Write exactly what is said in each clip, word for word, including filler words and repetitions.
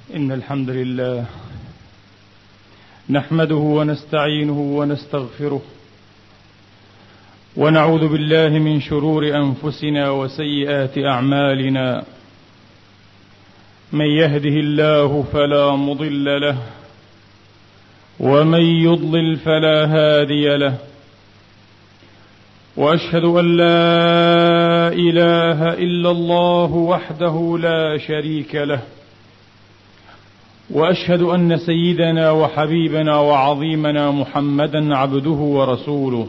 إن الحمد لله نحمده ونستعينه ونستغفره ونعوذ بالله من شرور أنفسنا وسيئات أعمالنا. من يهده الله فلا مضل له ومن يضلل فلا هادي له، وأشهد أن لا إله إلا الله وحده لا شريك له، وأشهد أن سيدنا وحبيبنا وعظيمنا محمدا عبده ورسوله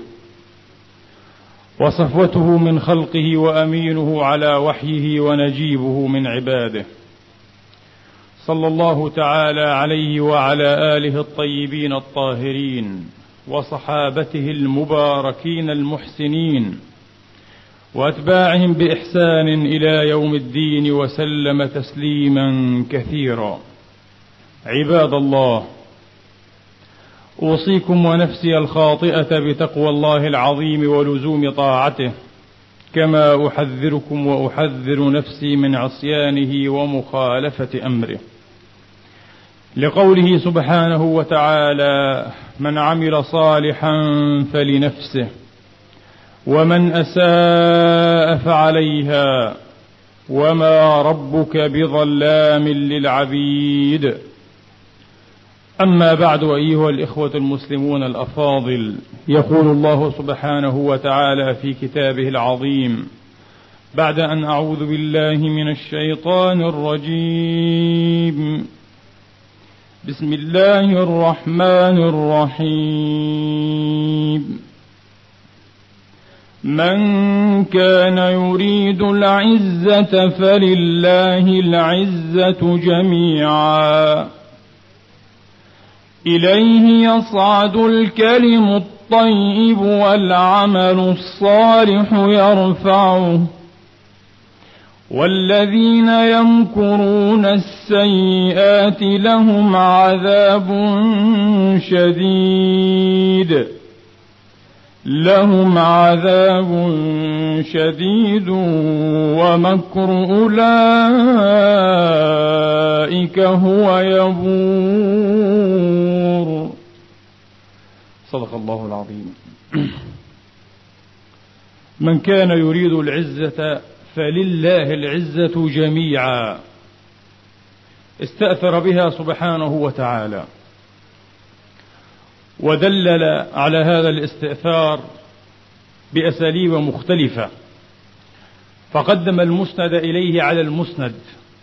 وصفوته من خلقه وأمينه على وحيه ونجيبه من عباده، صلى الله تعالى عليه وعلى آله الطيبين الطاهرين وصحابته المباركين المحسنين وأتباعهم بإحسان إلى يوم الدين وسلم تسليما كثيرا. عباد الله، أوصيكم ونفسي الخاطئة بتقوى الله العظيم ولزوم طاعته، كما أحذركم وأحذر نفسي من عصيانه ومخالفة أمره، لقوله سبحانه وتعالى: من عمل صالحا فلنفسه ومن أساء فعليها وما ربك بظلام للعبيد. أما بعد، أيها الإخوة المسلمون الأفاضل، يقول الله سبحانه وتعالى في كتابه العظيم بعد أن أعوذ بالله من الشيطان الرجيم: بسم الله الرحمن الرحيم: من كان يريد العزة فلله العزة جميعا إليه يصعد الكلم الطيب والعمل الصالح يرفعه والذين يمكرون السيئات لهم عذاب شديد لهم عذاب شديد ومكر أولئك هو يبور. صدق الله العظيم. من كان يريد العزة فلله العزة جميعا، استأثر بها سبحانه وتعالى، ودلل على هذا الاستئثار بأساليب مختلفة، فقدم المسند إليه على المسند،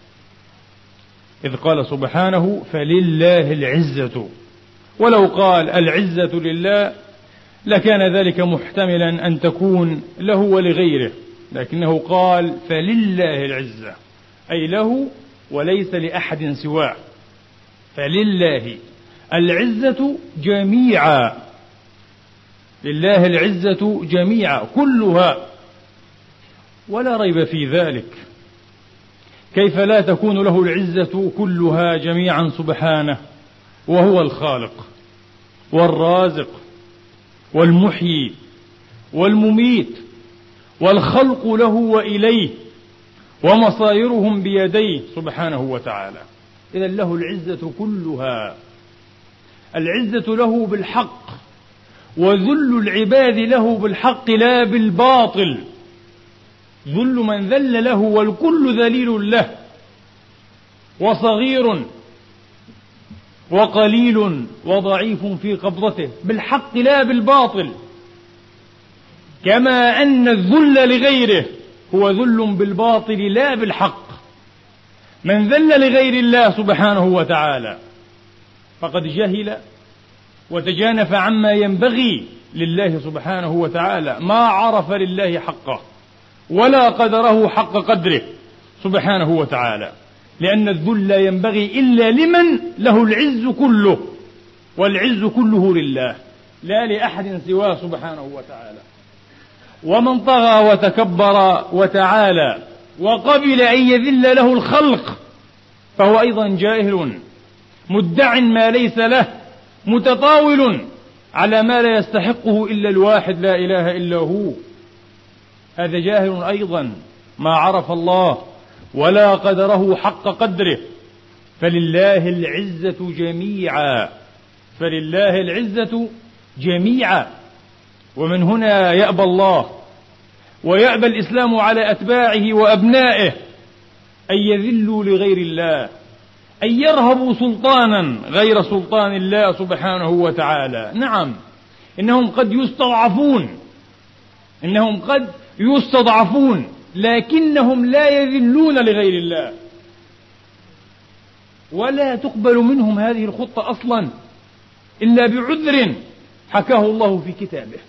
إذ قال سبحانه: فلله العزة، ولو قال العزة لله لكان ذلك محتملا أن تكون له ولغيره، لكنه قال فلله العزة، أي له وليس لأحد سواه. فلله العزة جميعا، لله العزة جميعا كلها، ولا ريب في ذلك. كيف لا تكون له العزة كلها جميعا سبحانه، وهو الخالق والرازق والمحيي والمميت، والخلق له وإليه، ومصائرهم بيديه سبحانه وتعالى. إذن له العزة كلها، العزة له بالحق، وذل العباد له بالحق لا بالباطل. ذل من ذل له، والكل ذليل له، وصغير وقليل وضعيف في قبضته، بالحق لا بالباطل. كما أن الذل لغيره هو ذل بالباطل لا بالحق. من ذل لغير الله سبحانه وتعالى فقد جهل وتجانف عما ينبغي لله سبحانه وتعالى، ما عرف لله حقه ولا قدره حق قدره سبحانه وتعالى، لأن الذل لا ينبغي إلا لمن له العز كله، والعز كله لله لا لأحد سواه سبحانه وتعالى. ومن طغى وتكبر وتعالى وقبل أن يذل له الخلق فهو أيضا جاهل مدع ما ليس له، متطاول على ما لا يستحقه إلا الواحد لا إله إلا هو. هذا جاهل أيضا، ما عرف الله ولا قدره حق قدره، فلله العزة جميعا، فلله العزة جميعا. ومن هنا يأبى الله ويأبى الإسلام على أتباعه وأبنائه أن يذلوا لغير الله، أن يرهبوا سلطانا غير سلطان الله سبحانه وتعالى. نعم، إنهم قد يستضعفون، إنهم قد يستضعفون، لكنهم لا يذلون لغير الله، ولا تقبل منهم هذه الخطة أصلا إلا بعذر حكاه الله في كتابه.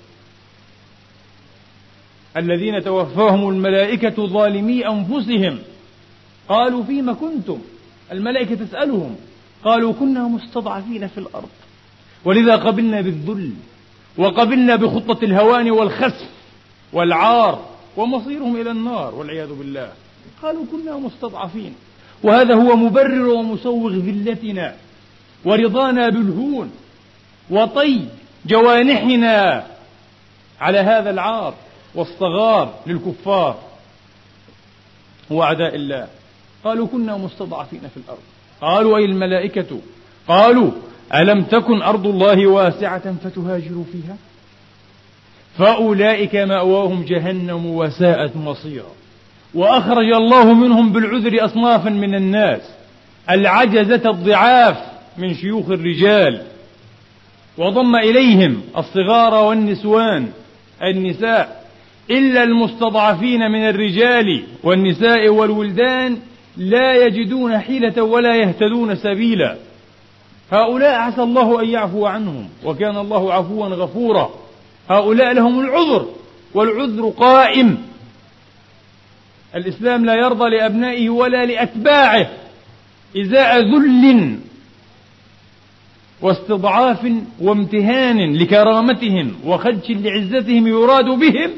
الذين توفاهم الملائكة ظالمي أنفسهم قالوا فيما كنتم، الملائكة تسألهم، قالوا كنا مستضعفين في الأرض، ولذا قبلنا بالذل وقبلنا بخطة الهوان والخسف والعار ومصيرهم إلى النار والعياذ بالله. قالوا كنا مستضعفين، وهذا هو مبرر ومسوغ ذلتنا ورضانا بالهون وطي جوانحنا على هذا العار والصغار للكفار وأعداء الله. قالوا كنا مستضعفين في الأرض، قالوا أي الملائكة، قالوا ألم تكن أرض الله واسعة فتهاجروا فيها، فأولئك مأواهم جهنم وساءت مصيرا. وأخرج الله منهم بالعذر أصنافا من الناس، العجزة الضعاف من شيوخ الرجال، وضم إليهم الصغار والنسوان النساء، إلا المستضعفين من الرجال والنساء والولدان لا يجدون حيلة ولا يهتدون سبيلا. هؤلاء عسى الله أن يعفو عنهم، وكان الله عفوا غفورا. هؤلاء لهم العذر، والعذر قائم. الإسلام لا يرضى لأبنائه ولا لأتباعه إزاء ذل واستضعاف وامتهان لكرامتهم وخدش لعزتهم يراد بهم،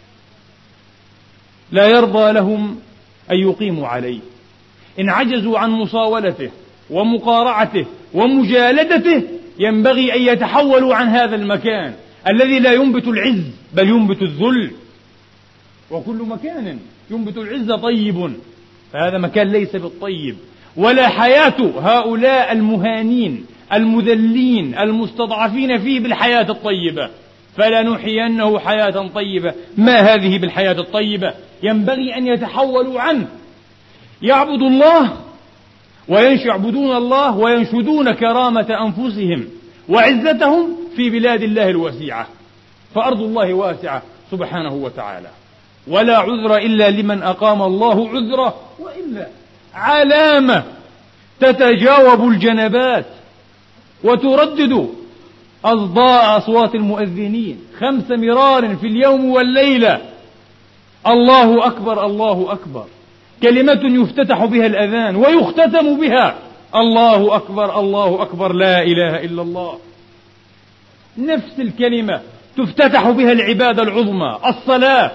لا يرضى لهم أن يقيموا عليه. إن عجزوا عن مصاولته ومقارعته ومجالدته ينبغي أن يتحولوا عن هذا المكان الذي لا ينبت العز بل ينبت الذل. وكل مكان ينبت العز طيب، فهذا مكان ليس بالطيب، ولا حياة هؤلاء المهانين المذلين المستضعفين فيه بالحياة الطيبة. فلا نحيينه حياة طيبة. ما هذه بالحياة الطيبة؟ ينبغي أن يتحولوا عنه، يعبدوا الله ويعبدون الله وينشدون كرامة أنفسهم وعزتهم في بلاد الله الواسعة، فأرض الله واسعة سبحانه وتعالى. ولا عذر إلا لمن أقام الله عذره، وإلا علامة تتجاوب الجنبات وتردد أصداء أصوات المؤذنين خمس مرار في اليوم والليلة: الله أكبر الله أكبر، كلمة يفتتح بها الأذان ويختتم بها: الله أكبر الله أكبر لا إله إلا الله. نفس الكلمة تفتتح بها العبادة العظمى الصلاة،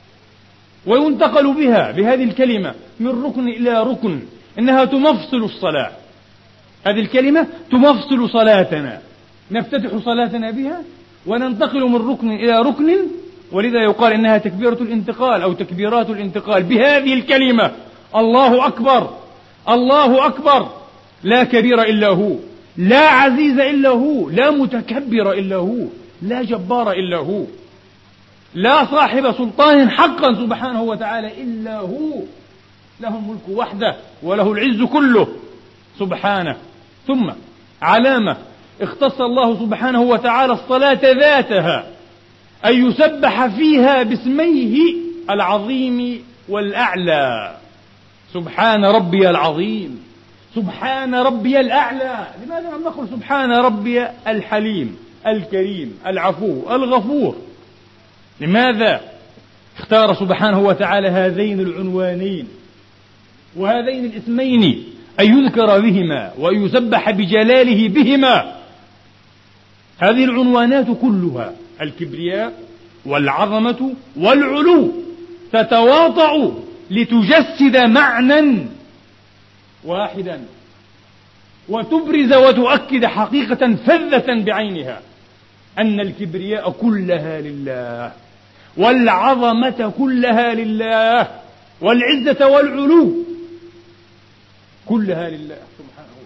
وينتقل بها بهذه الكلمة من ركن إلى ركن، إنها تمفصل الصلاة. هذه الكلمة تمفصل صلاتنا، نفتتح صلاتنا بها وننتقل من ركن إلى ركن، ولذا يقال إنها تكبيرة الانتقال أو تكبيرات الانتقال بهذه الكلمة: الله أكبر الله أكبر، لا كبير إلا هو، لا عزيز إلا هو، لا متكبر إلا هو، لا جبار إلا هو، لا صاحب سلطان حقا سبحانه وتعالى إلا هو، له الملك وحده وله العز كله سبحانه. ثم علامة اختص الله سبحانه وتعالى الصلاة ذاتها أن يسبح فيها باسميه العظيم والأعلى: سبحان ربي العظيم، سبحان ربي الأعلى. لماذا لم نقل سبحان ربي الحليم الكريم العفو الغفور؟ لماذا اختار سبحانه وتعالى هذين العنوانين وهذين الاسمين أن يذكر بهما وأن يسبح بجلاله بهما؟ هذه العنوانات كلها، الكبرياء والعظمة والعلو، تتواطأ لتجسد معنى واحدا وتبرز وتؤكد حقيقة فذة بعينها: أن الكبرياء كلها لله، والعظمة كلها لله، والعزة والعلو كلها لله سبحانه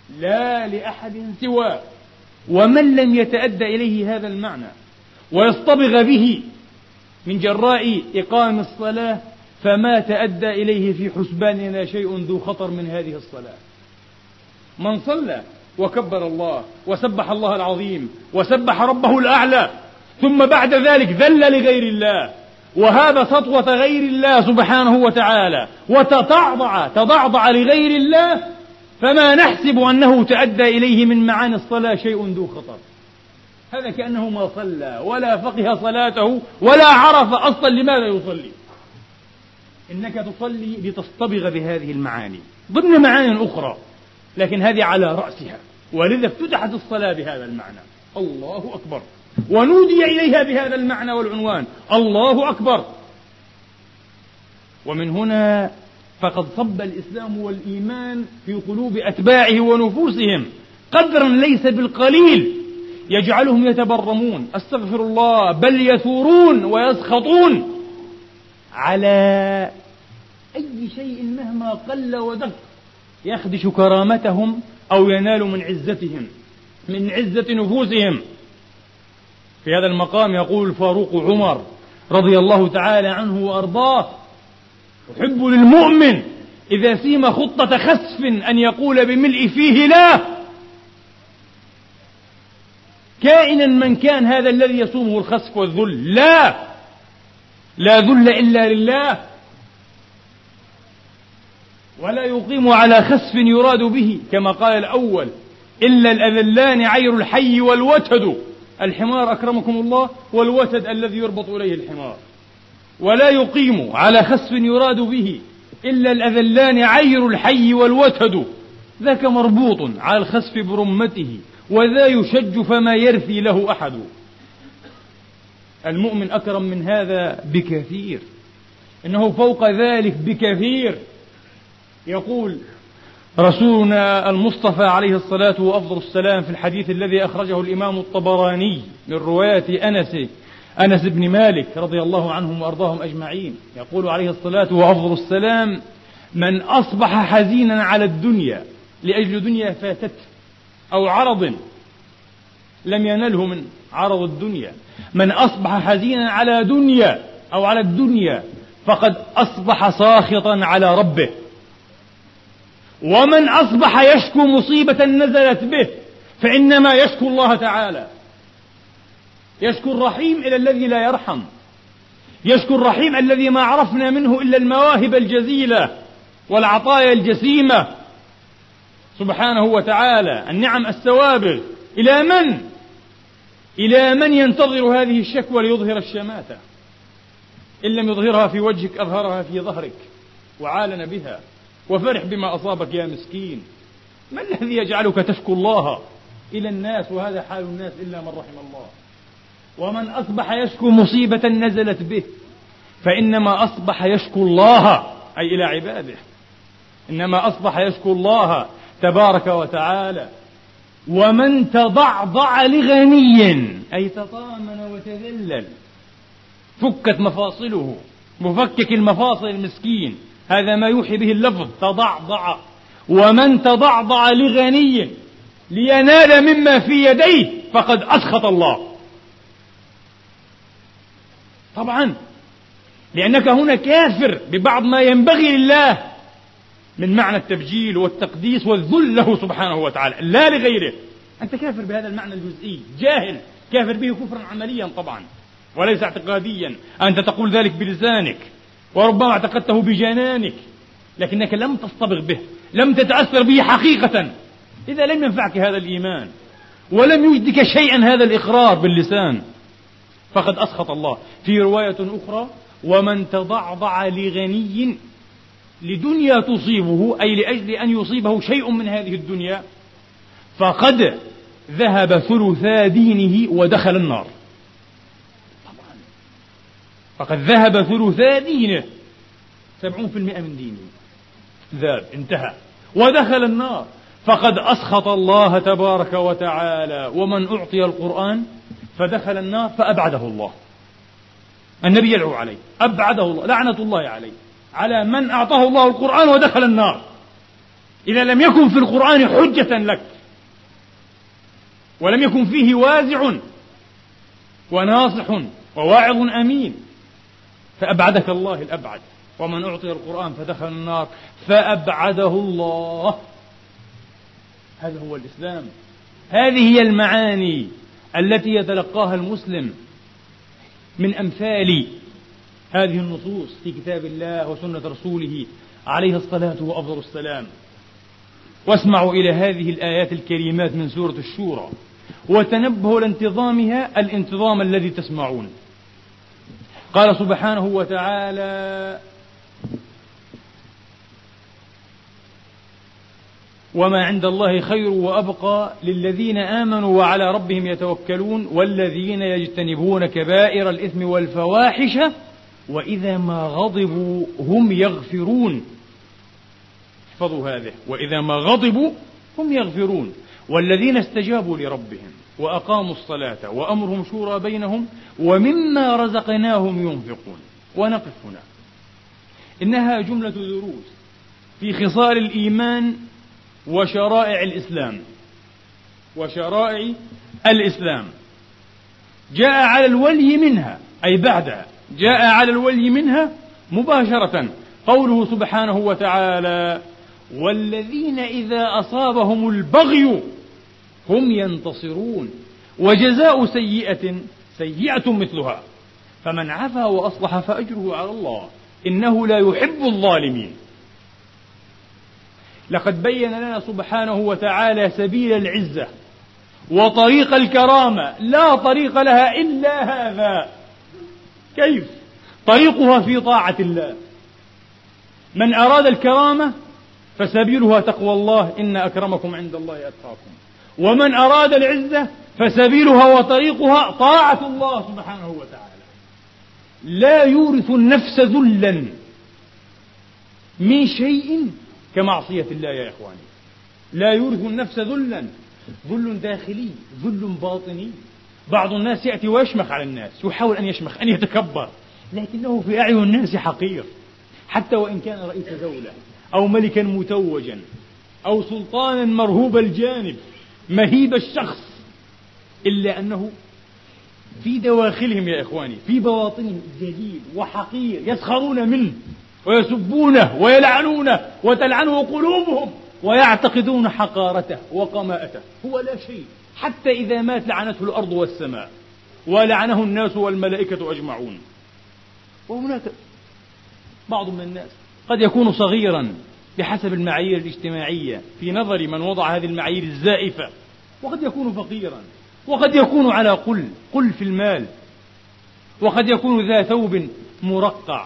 لا لأحد سواه. ومن لم يتأدى إليه هذا المعنى ويصطبغ به من جراء إقام الصلاة فما تأدى إليه في حسباننا شيء ذو خطر من هذه الصلاة. من صلى وكبر الله وسبح الله العظيم وسبح ربه الأعلى ثم بعد ذلك ذل لغير الله وهاب سطوة غير الله سبحانه وتعالى وتضعضع تضعضع لغير الله، فما نحسب أنه تأدى إليه من معاني الصلاة شيء ذو خطر. هذا كأنه ما صلى ولا فقه صلاته ولا عرف أصلا لماذا يصلي. إنك تصلي لتصطبغ بهذه المعاني ضمن معاني أخرى، لكن هذه على رأسها، ولذا افتتحت الصلاة بهذا المعنى، الله أكبر، ونودي إليها بهذا المعنى والعنوان، الله أكبر. ومن هنا فقد صب الإسلام والإيمان في قلوب أتباعه ونفوسهم قدرا ليس بالقليل يجعلهم يتبرمون، أستغفر الله، بل يثورون ويسخطون على أي شيء مهما قل ودق يخدش كرامتهم أو ينال من عزتهم، من عزة نفوسهم. في هذا المقام يقول الفاروق عمر رضي الله تعالى عنه وأرضاه: يحب للمؤمن إذا سيم خطة خسف أن يقول بملء فيه لا، كائنا من كان هذا الذي يصومه الخسف والذل، لا لا ذل إلا لله، ولا يقيم على خسف يراد به كما قال الأول إلا الأذلان عير الحي والوتد، الحمار أكرمكم الله والوتد الذي يربط إليه الحمار، ولا يقيم على خسف يراد به إلا الأذلان عير الحي والوتد، ذاك مربوط على الخسف برمته وذا يشج فما يرثي له أحد. المؤمن أكرم من هذا بكثير، إنه فوق ذلك بكثير. يقول رسولنا المصطفى عليه الصلاة وأفضل السلام في الحديث الذي أخرجه الإمام الطبراني من رواية أنس أنس بن مالك رضي الله عنهم وأرضاهم أجمعين، يقول عليه الصلاة وأفضل السلام: من أصبح حزينا على الدنيا لأجل دنيا فاتته أو عرض لم ينله من عرض الدنيا، من أصبح حزينا على دنيا أو على الدنيا فقد أصبح ساخطا على ربه. ومن أصبح يشكو مصيبة نزلت به فإنما يشكو الله تعالى، يشكو الرحيم إلى الذي لا يرحم، يشكو الرحيم الذي ما عرفنا منه إلا المواهب الجزيلة والعطايا الجسيمة سبحانه وتعالى، النعم السوابغ. إلى من؟ إلى من ينتظر هذه الشكوى ليظهر الشماتة؟ إن لم يظهرها في وجهك أظهرها في ظهرك وعالن بها، وفرح بما أصابك يا مسكين. ما الذي يجعلك تشكو الله إلى الناس وهذا حال الناس إلا من رحم الله؟ ومن أصبح يشكو مصيبة نزلت به فإنما أصبح يشكو الله، أي إلى عباده، إنما أصبح يشكو الله تبارك وتعالى. ومن تضعضع لغني، أي تطامن وتذلل، فكت مفاصله، مفكك المفاصل المسكين، هذا ما يوحي به اللفظ تضعضع. ومن تضعضع لغني لينال مما في يديه فقد أسخط الله. طبعا لأنك هنا كافر ببعض ما ينبغي لله من معنى التبجيل والتقديس والذل له سبحانه وتعالى، لا لغيره. أنت كافر بهذا المعنى الجزئي، جاهل، كافر به كفرا عمليا طبعا وليس اعتقاديا. أنت تقول ذلك بلسانك وربما اعتقدته بجنانك، لكنك لم تصطبغ به، لم تتأثر به حقيقة. إذا لم ينفعك هذا الإيمان ولم يجدك شيئا هذا الإقرار باللسان فقد أسخط الله. في رواية أخرى: ومن تضعضع لغني لدنيا تصيبه، أي لأجل أن يصيبه شيء من هذه الدنيا، فقد ذهب ثلثا دينه ودخل النار. طبعا فقد ذهب ثلثا دينه، سبعون في المئة من دينه ذهب، انتهى، ودخل النار، فقد أسخط الله تبارك وتعالى. ومن أعطي القرآن فدخل النار فأبعده الله، النبي يدعو عليه، أبعده الله، لعنة الله عليه، على من أعطاه الله القرآن ودخل النار. إذا لم يكن في القرآن حجة لك ولم يكن فيه وازع وناصح وواعظ أمين فأبعدك الله الأبعد. ومن أعطي القرآن فدخل النار فأبعده الله. هذا هو الإسلام. هذه هي المعاني التي يتلقاها المسلم من أمثال هذه النصوص في كتاب الله وسنة رسوله عليه الصلاة وأفضل السلام. واسمعوا إلى هذه الآيات الكريمات من سورة الشورى وتنبهوا لانتظامها الانتظام الذي تسمعون. قال سبحانه وتعالى: وما عند الله خير وأبقى للذين آمنوا وعلى ربهم يتوكلون والذين يجتنبون كبائر الإثم والفواحش وإذا ما غضبوا هم يغفرون. احفظوا هذه: وإذا ما غضبوا هم يغفرون والذين استجابوا لربهم وأقاموا الصلاة وأمرهم شورى بينهم ومما رزقناهم ينفقون. ونقف هنا. إنها جملة دروس في خصال الإيمان وشرائع الإسلام وشرائع الإسلام جاء على الولي منها، أي بعدها جاء على الولي منها مباشرة قوله سبحانه وتعالى: والذين إذا أصابهم البغي هم ينتصرون وجزاء سيئة سيئة مثلها فمن عفا وأصلح فأجره على الله إنه لا يحب الظالمين. لقد بين لنا سبحانه وتعالى سبيل العزة وطريق الكرامة، لا طريق لها إلا هذا. كيف؟ طريقها في طاعة الله. من أراد الكرامة فسبيلها تقوى الله إن أكرمكم عند الله أتقاكم، ومن أراد العزة فسبيلها وطريقها طاعة الله سبحانه وتعالى. لا يورث النفس ذلا من شيء كمعصية الله يا إخواني. لا يورث النفس ذلا، ذل داخلي ذل باطني. بعض الناس يأتي ويشمخ على الناس، يحاول أن يشمخ أن يتكبر، لكنه في أعين الناس حقير، حتى وإن كان رئيس دولة أو ملكا متوجا أو سلطانا مرهوب الجانب مهيب الشخص، إلا أنه في دواخلهم يا إخواني في بواطنهم جليل وحقير، يسخرون منه ويسبونه ويلعنونه وتلعنه قلوبهم ويعتقدون حقارته وقماءته. هو لا شيء، حتى إذا مات لعنته الأرض والسماء ولعنه الناس والملائكة أجمعون. وهناك بعض من الناس قد يكون صغيرا بحسب المعايير الاجتماعية في نظر من وضع هذه المعايير الزائفة، وقد يكون فقيرا، وقد يكون على قل قل في المال، وقد يكون ذا ثوب مرقع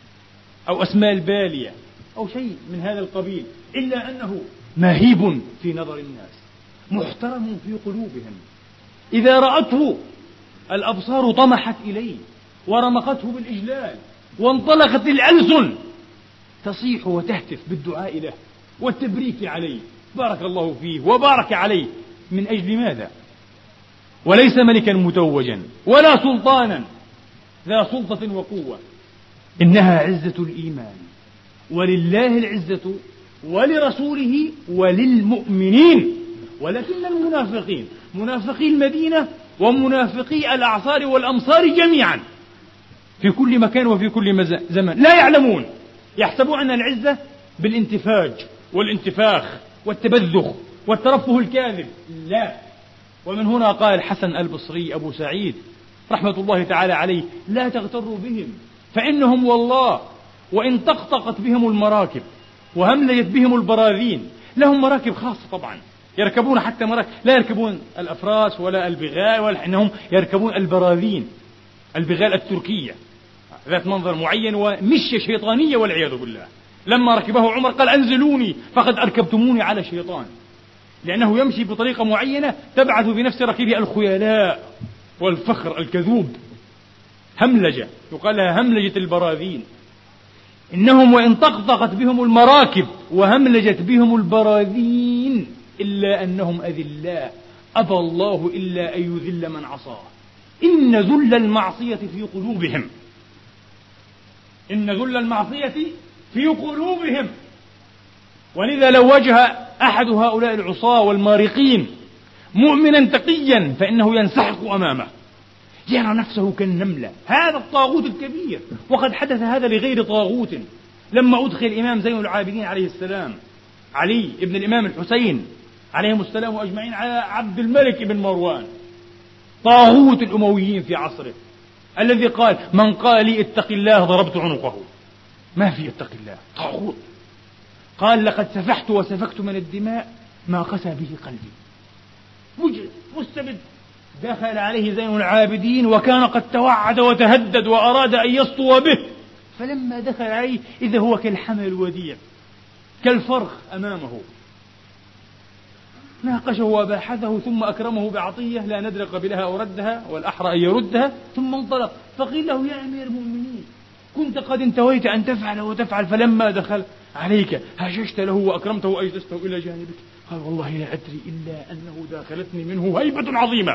أو أسمال بالية أو شيء من هذا القبيل، إلا أنه مهيب في نظر الناس، محترم في قلوبهم. إذا رأته الأبصار طمحت إليه ورمقته بالإجلال، وانطلقت الألسن تصيح وتهتف بالدعاء له والتبريك عليه، بارك الله فيه وبارك عليه. من أجل ماذا؟ وليس ملكا متوجا ولا سلطانا ذا سلطة وقوة، إنها عزة الإيمان، ولله العزة ولرسوله وللمؤمنين. ولكن المنافقين، منافقي المدينة ومنافقي الأعصار والأمصار جميعا في كل مكان وفي كل زمان لا يعلمون، يحسبون أن العزة بالانتفاج والانتفاخ والتبذخ والترفه الكاذب. لا. ومن هنا قال الحسن البصري أبو سعيد رحمة الله تعالى عليه: لا تغتروا بهم فإنهم والله وإن طقطقت بهم المراكب وهملجت بهم البراذين، لهم مراكب خاصة طبعا يركبون حتى مراكب، لا يركبون الأفراس ولا البغال، ولا إنهم يركبون البراذين، البغال التركية ذات منظر معين ومشية شيطانية والعياذ بالله. لما ركبه عمر قال: أنزلوني فقد أركبتموني على شيطان، لأنه يمشي بطريقة معينة تبعث بنفس ركيبه الخيلاء والفخر الكذوب. هملجة يقال لها هملجة البراذين. إنهم وإن طقطقت بهم المراكب وهملجت بهم البراذين إلا أنهم أذلاء أبى الله إلا أن يذل من عصاه. إن ذل المعصية في قلوبهم، إن ذل المعصية في قلوبهم. ولذا لو واجه أحد هؤلاء العصاة والمارقين مؤمنا تقيا فإنه ينسحق أمامه، يرى نفسه كالنملة. هذا الطاغوت الكبير، وقد حدث هذا لغير طاغوت. لما أدخل الإمام زين العابدين عليه السلام، علي ابن الإمام الحسين عليهم السلام أجمعين، على عبد الملك بن مروان طاغوت الأمويين في عصره، الذي قال: من قال لي اتق الله ضربت عنقه. ما في اتق الله، طاغوت. قال: لقد سفحت وسفكت من الدماء ما قسى به قلبي. مجرم مستبد. دخل عليه زين العابدين وكان قد توعد وتهدد وأراد أن يسطو به، فلما دخل عليه إذا هو كالحمل الوديع كالفرخ أمامه، ناقشه وباحثه ثم أكرمه بعطية لا ندري قبلها أو ردها، والأحرى أن يردها، ثم انطلق. فقيل له: يا أمير المؤمنين، كنت قد انتويت أن تفعل وتفعل، فلما دخل عليك هششت له وأكرمته وأجلسته إلى جانبك. قال: والله لا أدري إلا أنه داخلتني منه هيبة عظيمة.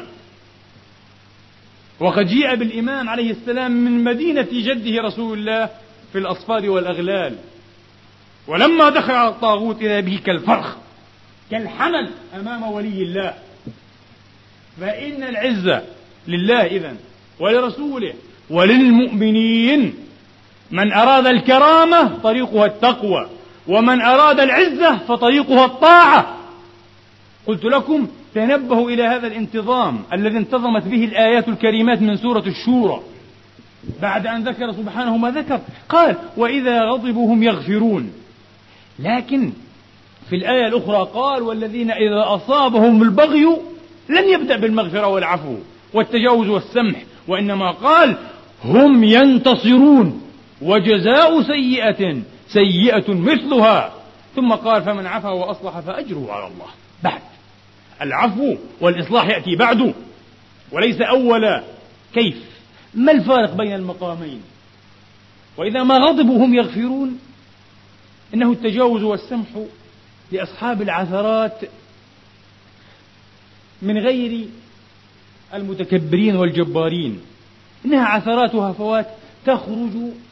وقد جيء بالإمام عليه السلام من مدينة جده رسول الله في الأصفاد والأغلال، ولما دخل على الطاغوت إذا به كالفرخ كالحمل أمام ولي الله. فإن العزة لله إذن ولرسوله وللمؤمنين. من أراد الكرامة طريقها التقوى، ومن أراد العزة فطريقها الطاعة. قلت لكم تنبهوا إلى هذا الانتظام الذي انتظمت به الآيات الكريمات من سورة الشورى. بعد أن ذكر سبحانه ما ذكر قال: وإذا غضبوا هم يغفرون. لكن في الآية الأخرى قال: والذين إذا أصابهم البغي لم يبدأ بالمغفرة والعفو والتجاوز والسمح، وإنما قال: هم ينتصرون وجزاء سيئة سيئة مثلها. ثم قال: فمن عفا وأصلح فأجره على الله. بعد العفو والإصلاح يأتي بعده وليس أولا. كيف؟ ما الفارق بين المقامين؟ وإذا ما غضبوا هم يغفرون إنه التجاوز والسمح لأصحاب العثرات من غير المتكبرين والجبارين، إنها عثرات وهفوات تخرج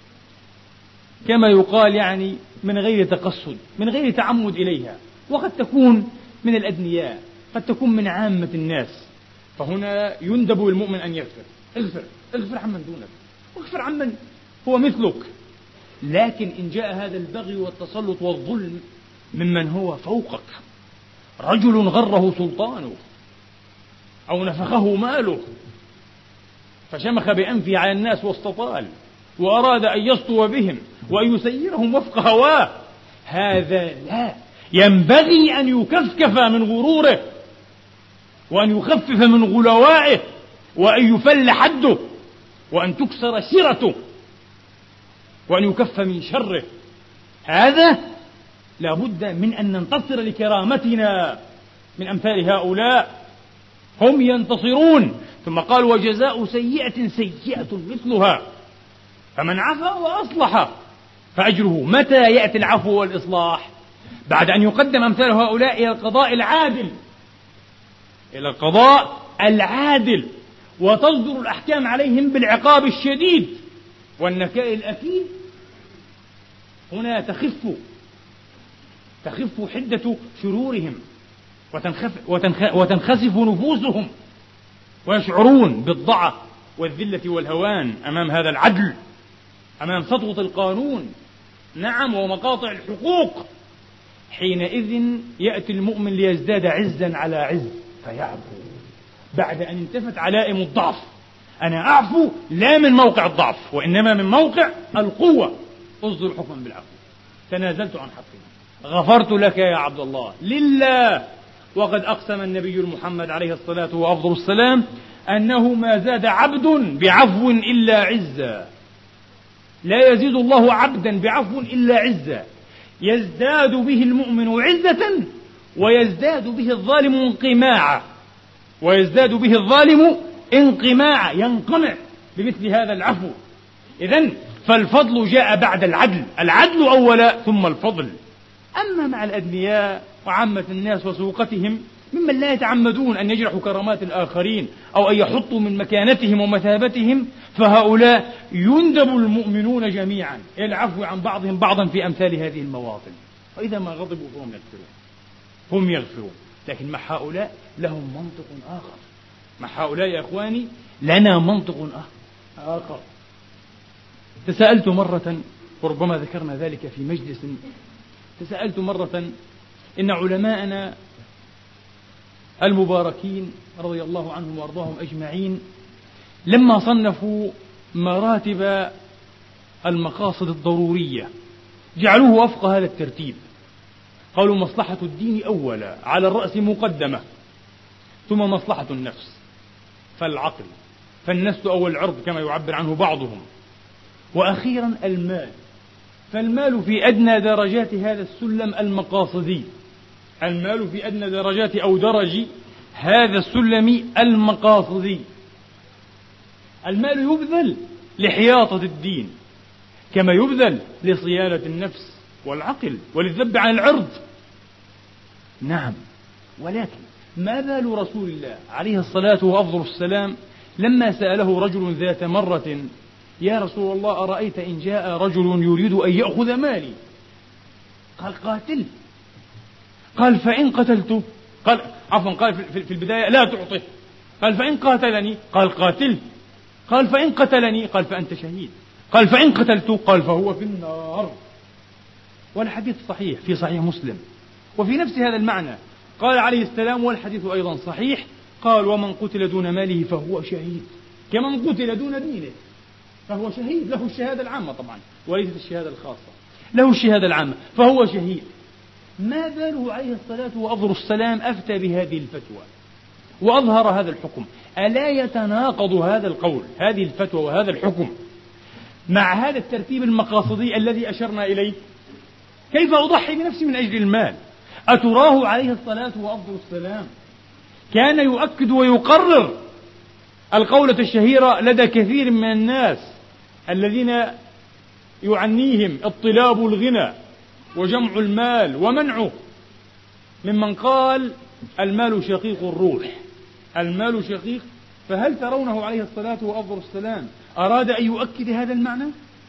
كما يقال يعني من غير تقصد، من غير تعمد إليها، وقد تكون من الأدنياء، قد تكون من عامة الناس. فهنا يندب المؤمن أن يغفر. اغفر اغفر عمن دونك، واغفر عمن هو مثلك. لكن إن جاء هذا البغي والتسلط والظلم ممن هو فوقك، رجل غره سلطانه أو نفخه ماله فشمخ بأنفه على الناس واستطال وأراد أن يسطو بهم وأن يسيرهم وفق هواه، هذا لا، ينبغي أن يكفكف من غروره وأن يخفف من غلوائه وأن يفل حده وأن تكسر سيرته وأن يكف من شره. هذا لا بد من أن ننتصر لكرامتنا من أمثال هؤلاء. هم ينتصرون. ثم قال: وجزاء سيئة سيئة مثلها. فمن عفا وأصلح فأجره. متى يأتي العفو والإصلاح؟ بعد أن يقدم أمثال هؤلاء إلى القضاء العادل، إلى القضاء العادل، وتصدر الأحكام عليهم بالعقاب الشديد والنكال الأكيد. هنا تخف تخف حدة شرورهم وتنخف وتنخ وتنخسف نفوسهم، ويشعرون بالضعف والذلة والهوان أمام هذا العدل، أمام سطوة القانون، نعم، ومقاطع الحقوق. حينئذ يأتي المؤمن ليزداد عزا على عز فيعفو بعد أن انتفت علائم الضعف. أنا أعفو لا من موقع الضعف وإنما من موقع القوة. أصدر حكما بالعفو، تنازلت عن حقي، غفرت لك يا عبد الله لله. وقد أقسم النبي المحمد عليه الصلاة وأفضل السلام أنه ما زاد عبد بعفو إلا عزا. لا يزيد الله عبدا بعفو إلا عزا، يزداد به المؤمن عزة ويزداد به الظالم انقماعا، ويزداد به الظالم انقماعا، ينقمع بمثل هذا العفو. إذن فالفضل جاء بعد العدل، العدل أولا ثم الفضل. أما مع الأدنياء وعامة الناس وسوقتهم ممن لا يتعمدون أن يجرحوا كرامات الآخرين أو أن يحطوا من مكانتهم ومثابتهم، فهؤلاء يندب المؤمنون جميعا إلى العفو عن بعضهم بعضا في أمثال هذه المواطن. وإذا ما غضبوا فهم يغفرون هم يغفرون. لكن مع هؤلاء لهم منطق آخر، مع هؤلاء يا إخواني لنا منطق آخر. تساءلت مرة، وربما ذكرنا ذلك في مجلس، تساءلت مرة إن علماءنا المباركين رضي الله عنهم وأرضاهم أجمعين لما صنفوا مراتب المقاصد الضرورية جعلوه وفق هذا الترتيب. قالوا مصلحة الدين أولا على الرأس مقدمة، ثم مصلحة النفس فالعقل فالنفس أو العرض كما يعبر عنه بعضهم، وأخيرا المال، فالمال في أدنى درجات هذا السلم المقاصدي. المال في أدنى درجات أو درج هذا السلم المقاصدي. المال يبذل لحياطة الدين كما يبذل لصيانة النفس والعقل وللذب عن العرض. نعم، ولكن ما بال رسول الله عليه الصلاة وأفضل السلام لما سأله رجل ذات مرة: يا رسول الله أرأيت إن جاء رجل يريد أن يأخذ مالي؟ قال: قاتل. قال: فإن قتلته؟ قال عفوا قال في البداية: لا تعطه. قال: فإن قاتلني؟ قال: قاتل. قال: فإن قتلني؟ قال: فأنت شهيد. قال: فإن قتلته؟ قال: فهو في النار. والحديث صحيح في صحيح مسلم وفي نفس هذا المعنى. قال عليه السلام والحديث أيضا صحيح، قال: ومن قتل دون ماله فهو شهيد، كمن قتل دون دينه فهو شهيد. له الشهادة العامة طبعا وليست الشهادة الخاصة، له الشهادة العامة فهو شهيد. ما باله عليه الصلاة وأفضل السلام أفتى بهذه الفتوى وأظهر هذا الحكم؟ ألا يتناقض هذا القول، هذه الفتوى وهذا الحكم مع هذا الترتيب المقاصدي الذي أشرنا إليه؟ كيف أضحي بنفسي من أجل المال؟ أتراه عليه الصلاة وأفضل السلام كان يؤكد ويقرر القولة الشهيرة لدى كثير من الناس الذين يعنيهم اطلاب الغنى وجمع المال ومنعه، ممن قال: المال شقيق الروح، المال شقيق. فهل ترونه عليه الصلاة وأفضل السلام أراد أن يؤكد هذا المعنى؟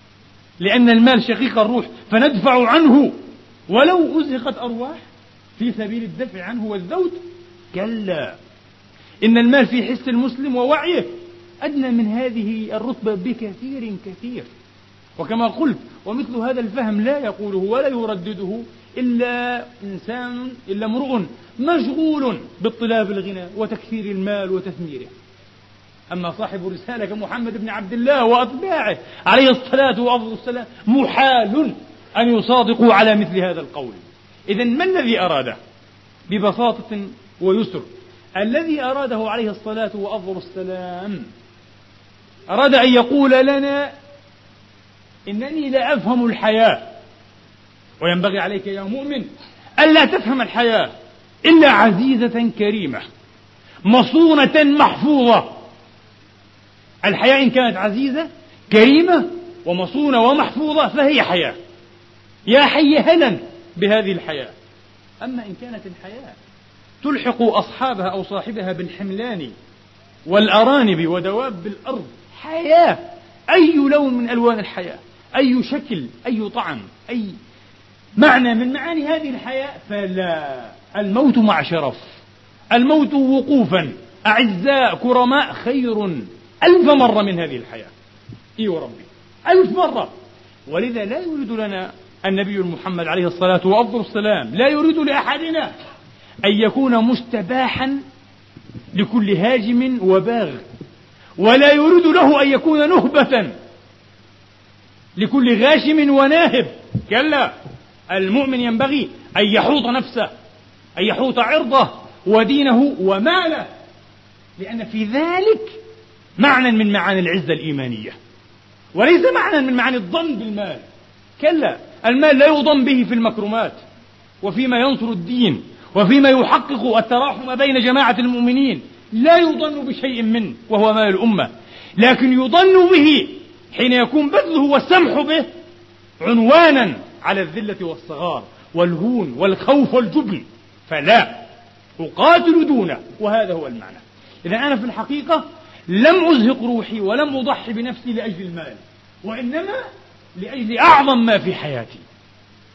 لأن المال شقيق الروح فندفع عنه ولو أزهقت أرواح في سبيل الدفع عنه والذود؟ كلا، إن المال في حس المسلم ووعيه أدنى من هذه الرتبة بكثير كثير. وكما قلت، ومثل هذا الفهم لا يقوله ولا يردده إلا إنسان إلا امرؤ مشغول باطلاب الغنى وتكثير المال وتثميره. أما صاحب الرسالة كمحمد بن عبد الله وأتباعه عليه الصلاة والسلام محال أن يصادقوا على مثل هذا القول. إذن ما الذي أراده؟ ببساطة ويسر الذي أراده عليه الصلاة وأفضل السلام أراد أن يقول لنا: إنني لا أفهم الحياة، وينبغي عليك يا مؤمن ألا تفهم الحياة إلا عزيزة كريمة مصونة محفوظة. الحياة إن كانت عزيزة كريمة ومصونة ومحفوظة فهي حياة، يا حي هلا بهذه الحياة. أما إن كانت الحياة تلحق أصحابها أو صاحبها بالحملان والأرانب ودواب الأرض، حياة أي لون من ألوان الحياة، أي شكل، أي طعم، أي معنى من معاني هذه الحياة، فلا، الموت مع شرف، الموت وقوفا أعزاء كرماء خير ألف مرة من هذه الحياة. إي وربي ألف مرة. ولذا لا يريد لنا النبي المحمد عليه الصلاة وأفضل السلام، لا يريد لأحدنا أن يكون مستباحا لكل هاجم وباغ، ولا يريد له أن يكون نهبة لكل غاشم وناهب. كلا، المؤمن ينبغي أن يحوط نفسه، أن يحوط عرضه ودينه وماله، لأن في ذلك معنى من معاني العزة الإيمانية، وليس معنى من معاني الظن بالمال. كلا، المال لا يضم به في المكرمات وفيما ينصر الدين وفيما يحقق التراحم بين جماعة المؤمنين، لا يضن بشيء منه وهو مال الأمة، لكن يضن به حين يكون بذله والسمح به عنوانا على الذلة والصغار والهون والخوف والجبن، فلا أقاتل دونه. وهذا هو المعنى. إذا أنا في الحقيقة لم أزهق روحي ولم أضحي بنفسي لأجل المال، وإنما لأجل أعظم ما في حياتي،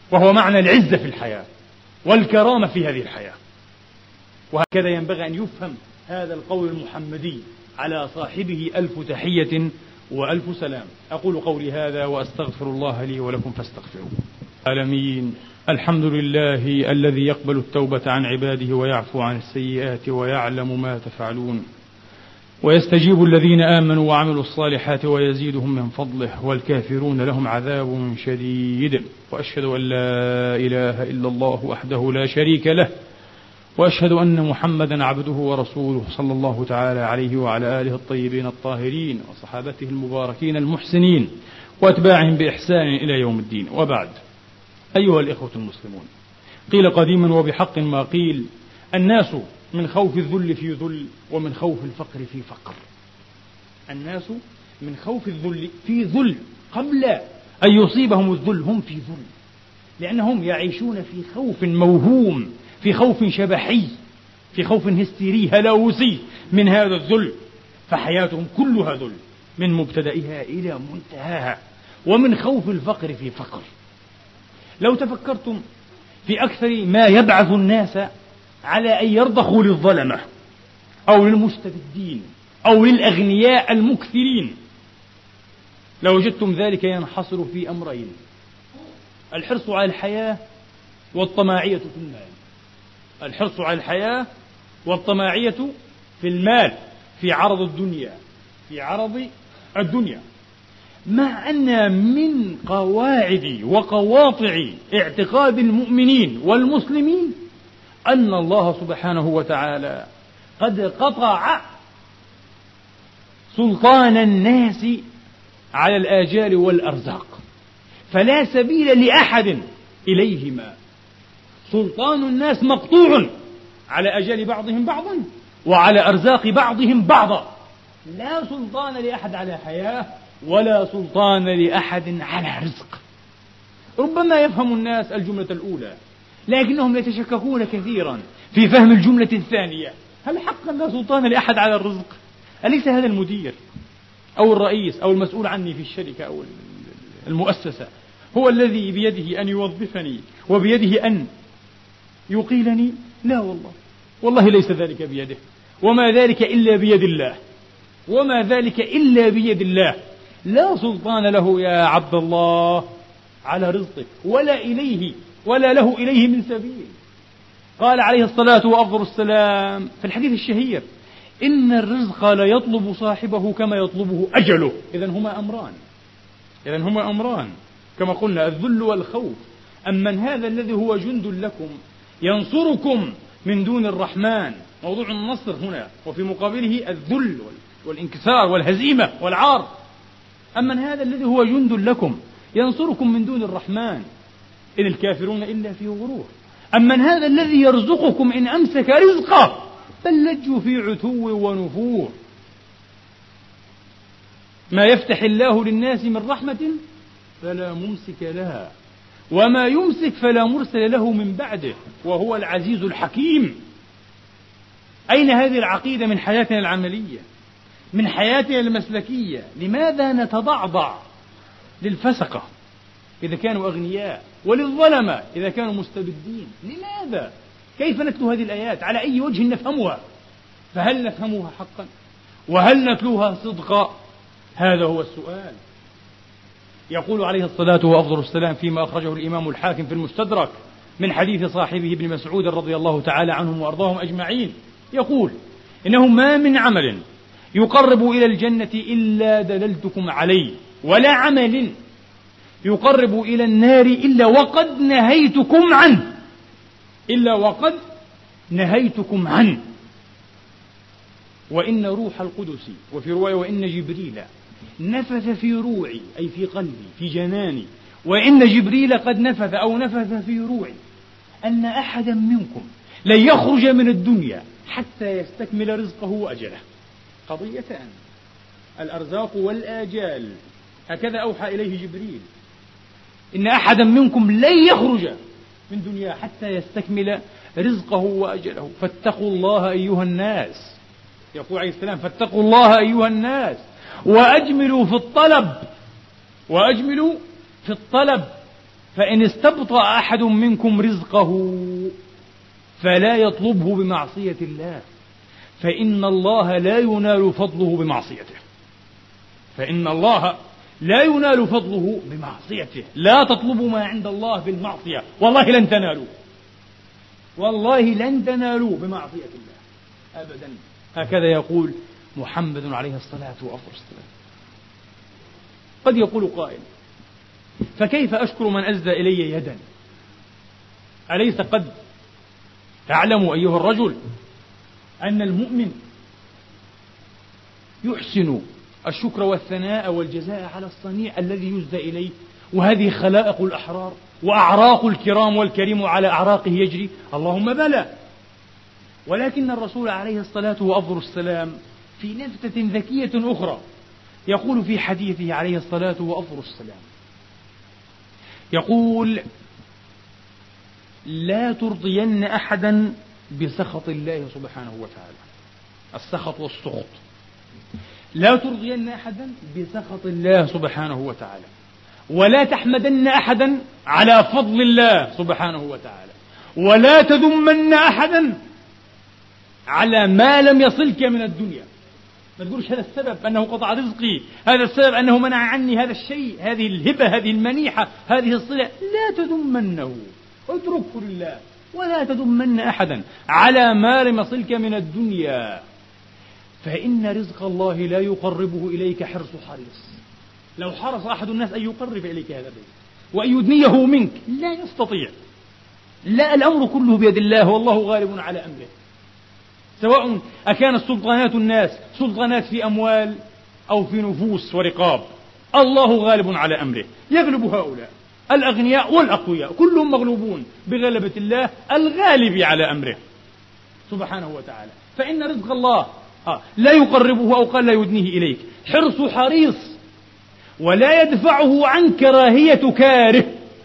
وهو معنى العزة في الحياة والكرامة في هذه الحياة. وهكذا ينبغي أن يفهم هذا القول المحمدي على صاحبه ألف تحية وألف سلام. أقول قولي هذا وأستغفر الله لي ولكم فاستغفروه. العالمين، الحمد لله الذي يقبل التوبة عن عباده ويعفو عن السيئات ويعلم ما تفعلون، ويستجيب الذين آمنوا وعملوا الصالحات ويزيدهم من فضله، والكافرون لهم عذاب شديد. وأشهد أن لا إله إلا الله وحده لا شريك له، وأشهد أن محمدا عبده ورسوله صلى الله تعالى عليه وعلى آله الطيبين الطاهرين وصحابته المباركين المحسنين وأتباعهم بإحسان إلى يوم الدين. وبعد، أيها الإخوة المسلمون، قيل قديما وبحق ما قيل: الناس من خوف الذل في ذل، ومن خوف الفقر في فقر. الناس من خوف الذل في ذل، قبل أن يصيبهم الذل هم في ذل، لأنهم يعيشون في خوف موهوم، في خوف شبحي، في خوف هستيري هلاوسي من هذا الذل، فحياتهم كلها ذل من مبتدئها إلى منتهاها. ومن خوف الفقر في فقر. لو تفكرتم في أكثر ما يبعث الناس على أن يرضخوا للظلمة أو للمستبدين أو للأغنياء المكثرين، لوجدتم ذلك ينحصر في أمرين: الحرص على الحياة والطماعية في المال. الحرص على الحياة والطماعية في المال، في عرض الدنيا، في عرض الدنيا. مع أن من قواعد وقواطع اعتقاد المؤمنين والمسلمين أن الله سبحانه وتعالى قد قطع سلطان الناس على الآجال والأرزاق، فلا سبيل لأحد إليهما. سلطان الناس مقطوع على أجال بعضهم بعضا وعلى أرزاق بعضهم بعضا. لا سلطان لأحد على حياة ولا سلطان لأحد على رزق. ربما يفهم الناس الجملة الأولى، لكنهم يتشككون كثيرا في فهم الجملة الثانية: هل حقا لا سلطان لأحد على الرزق؟ أليس هذا المدير أو الرئيس أو المسؤول عني في الشركة أو المؤسسة هو الذي بيده أن يوظفني وبيده أن يقيلني؟ لا والله، والله ليس ذلك بيده، وما ذلك إلا بيد الله، وما ذلك إلا بيد الله. لا سلطان له يا عبد الله على رزقك، ولا إليه ولا له إليه من سبيل. قال عليه الصلاة وأفضل السلام في الحديث الشهير: إن الرزق لا يطلب صاحبه كما يطلبه أجله. إذن هما أمران، إذن هما أمران كما قلنا: الذل والخوف. أمن هذا الذي هو جند لكم ينصركم من دون الرحمن، موضوع النصر هنا، وفي مقابله الذل والانكسار والهزيمة والعار. أمن هذا الذي هو جند لكم ينصركم من دون الرحمن، إن الكافرون إلا في غرور. أمن هذا الذي يرزقكم إن أمسك رزقه بل لجوا في عتو ونفور. ما يفتح الله للناس من رحمة فلا ممسك لها، وما يمسك فلا مرسل له من بعده، وهو العزيز الحكيم. أين هذه العقيدة من حياتنا العملية، من حياتنا المسلكية؟ لماذا نتضعضع للفسقة إذا كانوا أغنياء، وللظلمة إذا كانوا مستبدين؟ لماذا؟ كيف نتلو هذه الآيات؟ على أي وجه نفهمها؟ فهل نفهمها حقا؟ وهل نتلوها صدقا؟ هذا هو السؤال. يقول عليه الصلاة وأفضل السلام فيما أخرجه الإمام الحاكم في المستدرك من حديث صاحبه ابن مسعود رضي الله تعالى عنهم وأرضاهم أجمعين، يقول: إنه ما من عمل يقرب إلى الجنة إلا دللتكم عليه، ولا عمل يقرب إلى النار إلا وقد نهيتكم عنه، إلا وقد نهيتكم عنه. وإن روح القدس، وفي رواية وإن جبريل نفث في روعي، أي في قلبي في جناني، وإن جبريل قد نفث أو نفث في روعي أن أحدا منكم لن يخرج من الدنيا حتى يستكمل رزقه وأجله. قضيتان: الأرزاق والآجال. هكذا أوحى إليه جبريل: إن أحدا منكم لن يخرج من دنيا حتى يستكمل رزقه وأجله، فاتقوا الله أيها الناس. يقول عليه السلام: فاتقوا الله أيها الناس وأجملوا في الطلب، وأجملوا في الطلب، فإن استبطأ أحد منكم رزقه فلا يطلبه بمعصية الله، فإن الله لا ينال فضله بمعصيته. فإن الله لا ينال فضله بمعصيته. لا تطلبوا ما عند الله بالمعصية، والله لن تنالوا، والله لن تنالوا بمعصية الله أبدا. هكذا يقول محمد عليه الصلاة والسلام. قد يقول قائل: فكيف أشكر من أسدى إلي يدا؟ أليس قد تعلم أيها الرجل أن المؤمن يحسن الشكر والثناء والجزاء على الصنيع الذي يجزى إليه، وهذه خلائق الأحرار وأعراق الكرام والكريم على أعراقه يجري؟ اللهم بلى. ولكن الرسول عليه الصلاة والسلام في لفتة ذكية أخرى يقول في حديثه عليه الصلاة والسلام، يقول: لا ترضين أحدا بسخط الله سبحانه وتعالى. السخط والسخط. لا ترضين أحدا بسخط الله سبحانه وتعالى، ولا تحمدن أحدا على فضل الله سبحانه وتعالى، ولا تذمن أحدا على ما لم يصلك من الدنيا. ما تقولش هذا السبب أنه قطع رزقي، هذا السبب أنه منع عني هذا الشيء، هذه الهبة، هذه المنيحة، هذه الصلة. لا تذمنه، اتركه لله. ولا تذمن أحدا على ما لم يصلك من الدنيا، فإن رزق الله لا يقربه إليك حرص حريص. لو حرص أحد الناس أن يقرب إليك هذا الرزق وأن يدنيه منك لا يستطيع. لا، الأمر كله بيد الله، والله غالب على أمره. سواء أكانت سلطانات الناس سلطانات في أموال أو في نفوس ورقاب، الله غالب على أمره، يغلب هؤلاء الأغنياء والأقوياء، كلهم مغلوبون بغلبة الله الغالب على أمره سبحانه وتعالى. فإن رزق الله لا يقربه أو قال لا يدنيه إليك حرص حريص، ولا يدفعه عن كراهية كاره.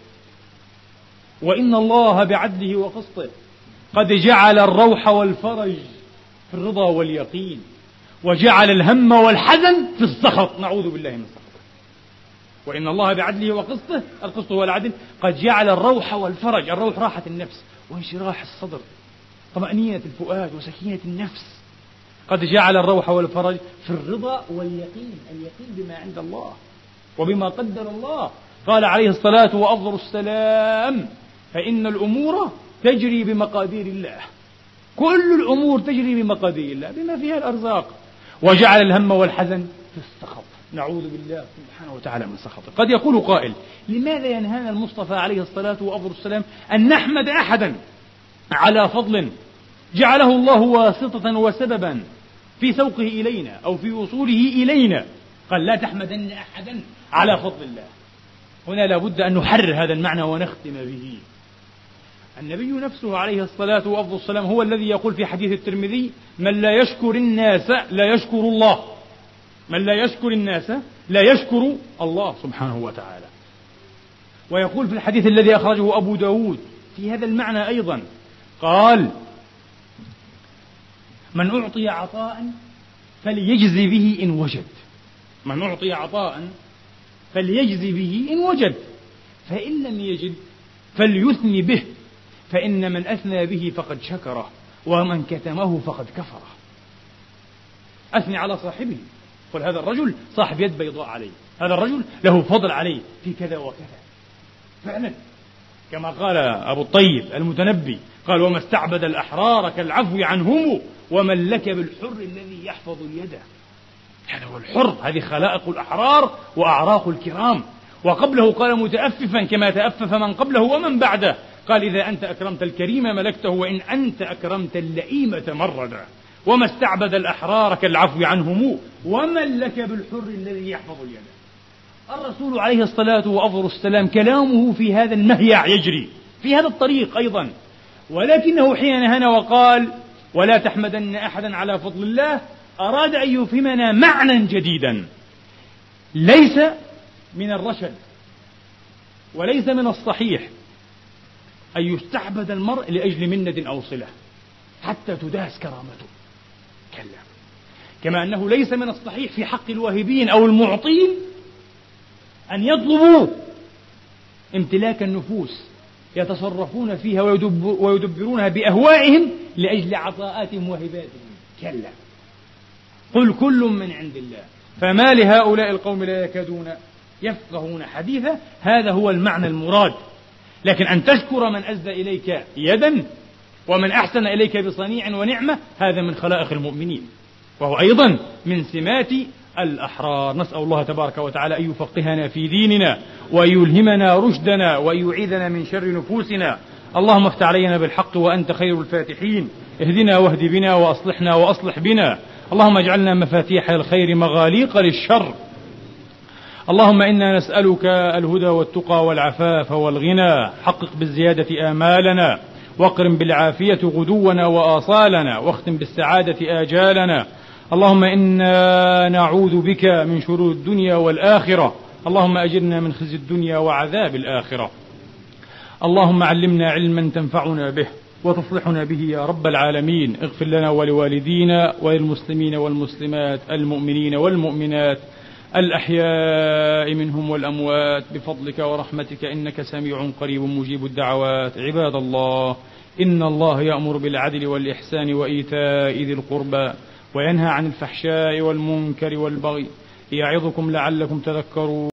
وإن الله بعدله وقسطه قد جعل الروح والفرج في الرضا واليقين، وجعل الهم والحزن في السخط، نعوذ بالله من السخط. وإن الله بعدله وقسطه، القسط هو العدل، قد جعل الروح والفرج، الروح راحة النفس وانشراح الصدر، طمأنينة الفؤاد وسكينة النفس، قد جعل الروح والفرج في الرضا واليقين، اليقين بما عند الله وبما قدر الله. قال عليه الصلاة والسلام: فإن الأمور تجري بمقادير الله، كل الأمور تجري بمقادير الله بما فيها الأرزاق. وجعل الهم والحزن في السخط، نعوذ بالله سبحانه وتعالى من سخطه. قد يقول قائل: لماذا ينهانا المصطفى عليه الصلاة والسلام أن نحمد أحدا على فضل جعله الله واسطة وسببا في سوقه إلينا أو في وصوله إلينا؟ قال: لا تحمدن أحدا على فضل الله. هنا لابد أن نحرر هذا المعنى ونختم به. النبي نفسه عليه الصلاة والسلام هو الذي يقول في حديث الترمذي: من لا يشكر الناس لا يشكر الله، من لا يشكر الناس لا يشكر الله سبحانه وتعالى. ويقول في الحديث الذي أخرجه أبو داود في هذا المعنى أيضا، قال: من أعطي عطاء فليجزي به إن وجد، من أعطي عطاء فليجزي به إن وجد، فإن لم يجد فليثني به، فإن من أثنى به فقد شكره، ومن كتمه فقد كفره. أثني على صاحبه، قل هذا الرجل صاحب يد بيضاء عليه، هذا الرجل له فضل عليه في كذا وكذا. فعلا كما قال أبو الطيب المتنبي، قال: وما استعبد الأحرار كالعفو عنهم، ومن لك بالحر الذي يحفظ اليد. هذا هو الحر، هذه خلائق الأحرار وأعراق الكرام. وقبله قال متأففا كما تأفف من قبله ومن بعده، قال: إذا أنت أكرمت الكريم ملكته، وإن أنت أكرمت اللئيم تمردا. وما استعبد الأحرار كالعفو عنهم، ومن لك بالحر الذي يحفظ اليد. الرسول عليه الصلاة والسلام كلامه في هذا المهيع يجري في هذا الطريق أيضا، ولكنه حين نهانا وقال: ولا تحمدن أحدا على فضل الله، أراد أن يفهمنا معنى جديدا. ليس من الرشد وليس من الصحيح أن يستعبد المرء لأجل منة أو صلة حتى تداس كرامته، كلا. كما أنه ليس من الصحيح في حق الواهبين أو المعطين أن يطلبوا امتلاك النفوس يتصرفون فيها ويدبرونها بأهوائهم لأجل عطاءاتهم وهباتهم. كلا، قل كل من عند الله فما لهؤلاء القوم لا يكادون يفقهون حديثا. هذا هو المعنى المراد. لكن أن تشكر من أسدى إليك يدا ومن أحسن إليك بصنيع ونعمة، هذا من خلائق المؤمنين، وهو أيضا من سمات الأحرار. نسأل الله تبارك وتعالى أن يفقهنا في ديننا وأن يلهمنا رشدنا وأن يعيذنا من شر نفوسنا. اللهم افتح علينا بالحق وأنت خير الفاتحين. اهدنا واهد بنا وأصلحنا وأصلح بنا. اللهم اجعلنا مفاتيح الخير مغاليق للشر. اللهم إنا نسألك الهدى والتقى والعفاف والغنى. حقق بالزيادة آمالنا، واقرم بالعافية غدونا وآصالنا، واختم بالسعادة آجالنا. اللهم إنا نعوذ بك من شرور الدنيا والآخرة. اللهم أجرنا من خزي الدنيا وعذاب الآخرة. اللهم علمنا علما تنفعنا به وتصلحنا به يا رب العالمين. اغفر لنا ولوالدينا وللمسلمين والمسلمات المؤمنين والمؤمنات الأحياء منهم والأموات بفضلك ورحمتك، إنك سميع قريب مجيب الدعوات. عباد الله، إن الله يأمر بالعدل والإحسان وإيتاء ذي القربى وينهى عن الفحشاء والمنكر والبغي يعظكم لعلكم تذكرون.